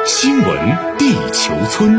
新闻地球村，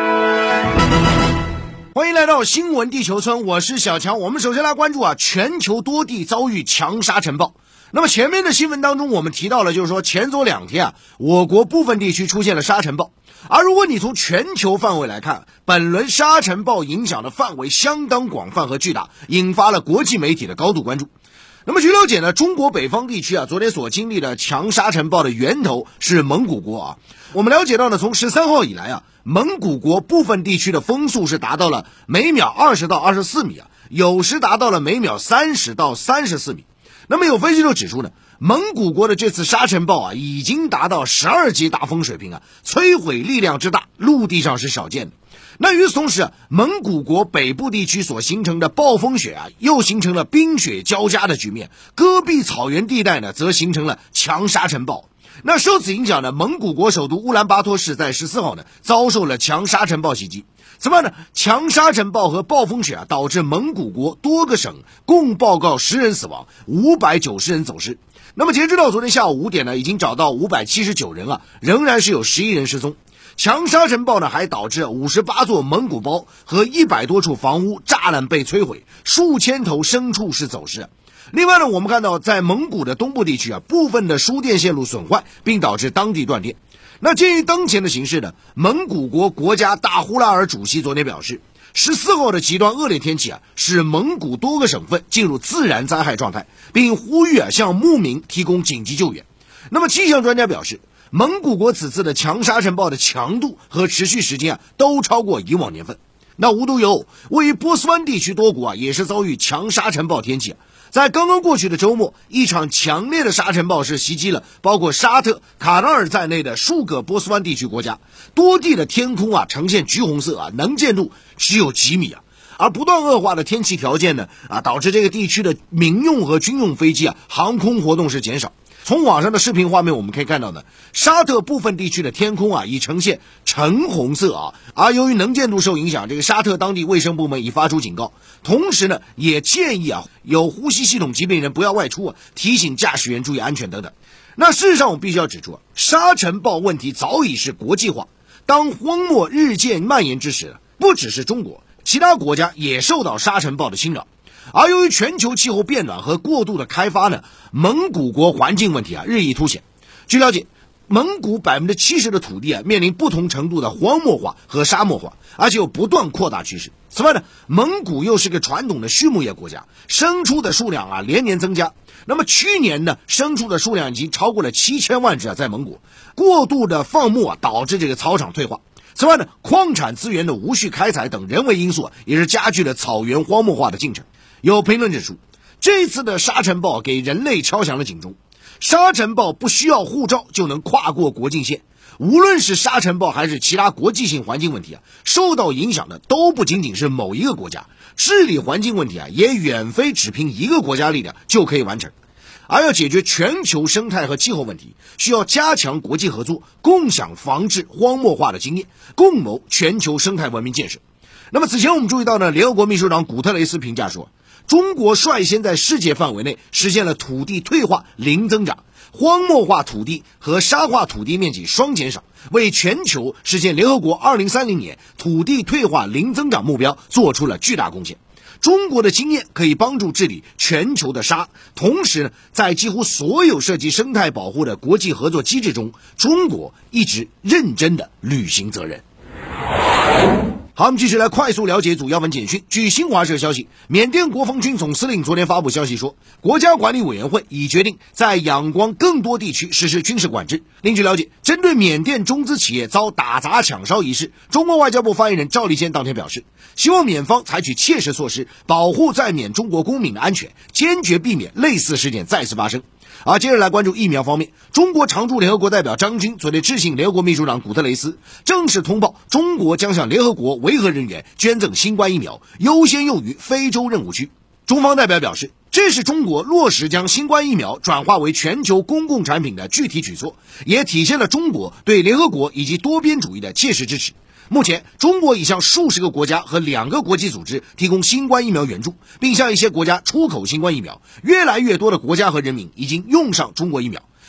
欢迎来到新闻地球村，我是小强。我们首先来关注全球多地遭遇强沙尘暴。那么前面的新闻当中我们提到了，就是说前2天我国部分地区出现了沙尘暴。而如果你从全球范围来看，本轮沙尘暴影响的范围相当广泛和巨大，引发了国际媒体的高度关注。那么据了解呢，中国北方地区昨天所经历的强沙尘暴的源头是蒙古国我们了解到呢，从13号以来蒙古国部分地区的风速是达到了每秒20到24米有时达到了每秒30到34米。那么有分析就指出呢，蒙古国的这次沙尘暴已经达到12级大风水平摧毁力量之大，陆地上是少见的。那与此同时蒙古国北部地区所形成的暴风雪又形成了冰雪交加的局面，戈壁草原地带呢则形成了强沙尘暴。那受此影响呢，蒙古国首都乌兰巴托市在14号呢遭受了强沙尘暴袭击。此外呢，强沙尘暴和暴风雪导致蒙古国多个省共报告10人死亡，590人走失。那么截止到昨天下午5点呢，已经找到579人仍然是有11人失踪。强沙尘暴呢还导致58座蒙古包和100多处房屋栅栏被摧毁，数千头牲畜是走失。另外呢，我们看到在蒙古的东部地区部分的输电线路损坏，并导致当地断电。那鉴于当前的形势呢，蒙古国国家大呼拉尔主席昨天表示，14号的极端恶劣天气使蒙古多个省份进入自然灾害状态，并呼吁向牧民提供紧急救援。那么气象专家表示，蒙古国此次的强沙尘暴的强度和持续时间都超过以往年份。那无独有偶，位于波斯湾地区多国也是遭遇强沙尘暴天气。在刚刚过去的周末，一场强烈的沙尘暴是袭击了包括沙特、卡塔尔在内的数个波斯湾地区国家，多地的天空呈现橘红色能见度只有几米而不断恶化的天气条件呢导致这个地区的民用和军用飞机航空活动是减少。从网上的视频画面我们可以看到呢，沙特部分地区的天空已呈现橙红色而由于能见度受影响，这个沙特当地卫生部门已发出警告，同时呢也建议有呼吸系统疾病人不要外出提醒驾驶员注意安全等等。那事实上我们必须要指出沙尘暴问题早已是国际化，当荒漠日渐蔓延之时，不只是中国，其他国家也受到沙尘暴的侵扰。而由于全球气候变暖和过度的开发呢，蒙古国环境问题日益凸显。据了解，蒙古70%的土地面临不同程度的荒漠化和沙漠化，而且有不断扩大趋势。此外呢，蒙古又是个传统的畜牧业国家，牲畜的数量连年增加。那么去年呢，牲畜的数量已经超过了7000万只在蒙古。过度的放牧导致这个草场退化。此外呢，矿产资源的无序开采等人为因素也是加剧了草原荒漠化的进程。有评论指出，这次的沙尘暴给人类敲响了警钟。沙尘暴不需要护照就能跨过国境线，无论是沙尘暴还是其他国际性环境问题受到影响的都不仅仅是某一个国家，治理环境问题也远非只凭一个国家力量就可以完成。而要解决全球生态和气候问题，需要加强国际合作，共享防治荒漠化的经验，共谋全球生态文明建设。那么此前我们注意到呢，联合国秘书长古特雷斯评价说，中国率先在世界范围内实现了土地退化零增长，荒漠化土地和沙化土地面积双减少，为全球实现联合国2030年土地退化零增长目标做出了巨大贡献。中国的经验可以帮助治理全球的沙，同时呢，在几乎所有涉及生态保护的国际合作机制中，中国一直认真地履行责任。好，我们继续来快速了解主要文简讯。据新华社消息，缅甸国防军总司令昨天发布消息说，国家管理委员会已决定在仰光更多地区实施军事管制。另据了解，针对缅甸中资企业遭打砸抢烧一事，中国外交部发言人赵立坚当天表示，希望缅方采取切实措施，保护在缅中国公民的安全，坚决避免类似事件再次发生。接着来关注疫苗方面，中国常驻联合国代表张军昨天致信联合国秘书长古特雷斯，正式通报中国将向联合国维和人员捐赠新冠疫苗，优先用于非洲任务区。中方代表表示，这是中国落实将新冠疫苗转化为全球公共产品的具体举措，也体现了中国对联合国以及多边主义的切实支持。目前，中国已向数十个国家和2个国际组织提供新冠疫苗援助，并向一些国家出口新冠疫苗。越来越多的国家和人民已经用上中国疫苗。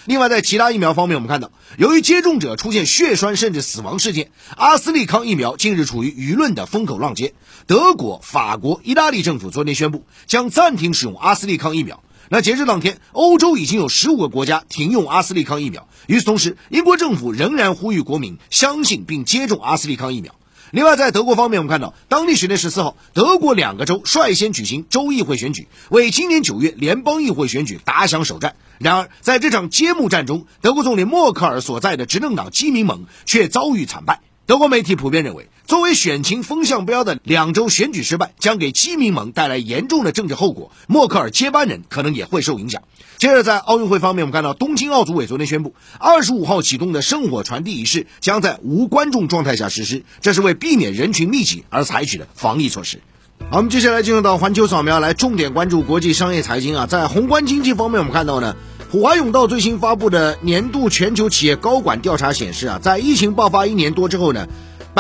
另外，在其他疫苗方面，我们看到，由于接种者出现血栓甚至死亡事件，阿斯利康疫苗近日处于舆论的风口浪尖。德国、法国、意大利政府昨天宣布将暂停使用阿斯利康疫苗。那截至当天，欧洲已经有15个国家停用阿斯利康疫苗。与此同时，英国政府仍然呼吁国民相信并接种阿斯利康疫苗。另外，在德国方面，我们看到当地时间14号，德国2个州率先举行州议会选举，为今年9月联邦议会选举打响首战。然而，在这场揭幕战中，德国总理默克尔所在的执政党基民盟却遭遇惨败。德国媒体普遍认为，作为选情风向标的2州选举失败将给基民盟带来严重的政治后果，默克尔接班人可能也会受影响。接着在奥运会方面，我们看到东京奥组委昨天宣布，25号启动的圣火传递仪式将在无观众状态下实施，这是为避免人群密集而采取的防疫措施。好，我们接下来进入到环球扫描，来重点关注国际商业财经啊。在宏观经济方面，我们看到呢，普华永道最新发布的年度全球企业高管调查显示啊，在疫情爆发1年多之后呢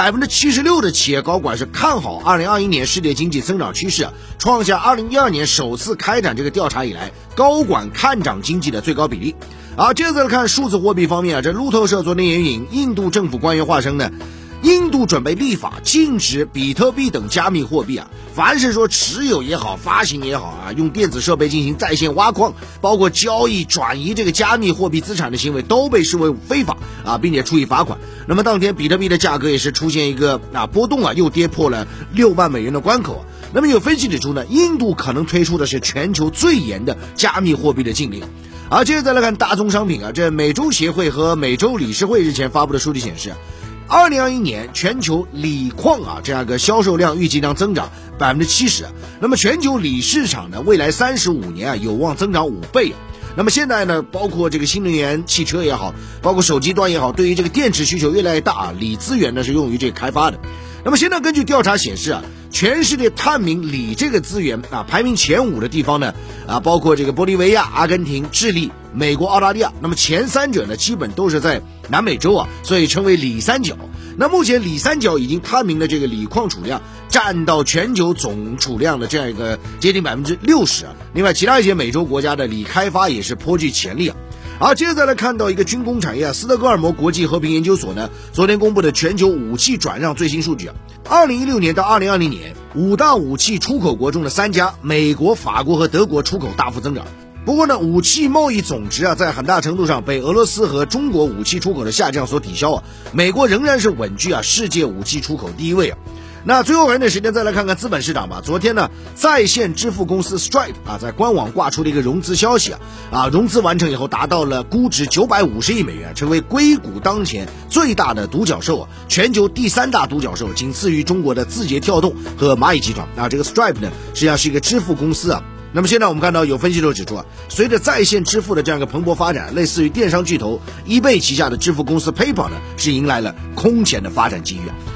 ，76%的企业高管是看好2021年世界经济增长趋势，创下2012年首次开展这个调查以来高管看涨经济的最高比例。接着来看数字货币方面啊，这路透社昨天也引印度政府官员话称呢，印度准备立法禁止比特币等加密货币啊，凡是说持有也好，发行也好啊，用电子设备进行在线挖矿，包括交易、转移这个加密货币资产的行为都被视为非法啊，并且处以罚款。那么当天比特币的价格也是出现一个波动啊，又跌破了6万美元的关口。那么有分析指出呢，印度可能推出的是全球最严的加密货币的禁令。接着再来看大宗商品啊，这美洲协会和美洲理事会日前发布的数据显示，2021年全球锂矿这样一个销售量预计将增长70%，那么全球锂市场呢，未来35年有望增长5倍。那么现在呢，包括这个新能源汽车也好，包括手机端也好，对于这个电池需求越来越大锂资源呢是用于这个开发的。那么现在根据调查显示全世界探明锂这个资源排名前5的地方呢包括这个玻利维亚、阿根廷、智利、美国、澳大利亚。那么前3者呢基本都是在南美洲所以称为锂三角。那目前锂三角已经探明的这个锂矿储量占到全球总储量的这样一个接近60%另外其他一些美洲国家的锂开发也是颇具潜力接着再来看到一个军工产业斯德哥尔摩国际和平研究所呢昨天公布的全球武器转让最新数据2016年到2020年5大武器出口国中的3家美国、法国和德国出口大幅增长。不过呢，武器贸易总值在很大程度上被俄罗斯和中国武器出口的下降所抵消美国仍然是稳居世界武器出口第1位那最后还有点时间再来看看资本市场吧。昨天呢，在线支付公司 Stripe 在官网挂出了一个融资消息融资完成以后达到了估值950亿美元，成为硅谷当前最大的独角兽全球第3大独角兽，仅次于中国的字节跳动和蚂蚁集团这个 Stripe 呢实际上是一个支付公司那么现在我们看到有分析都指出随着在线支付的这样一个蓬勃发展，类似于电商巨头eBay旗下的支付公司 PayPal 呢是迎来了空前的发展机遇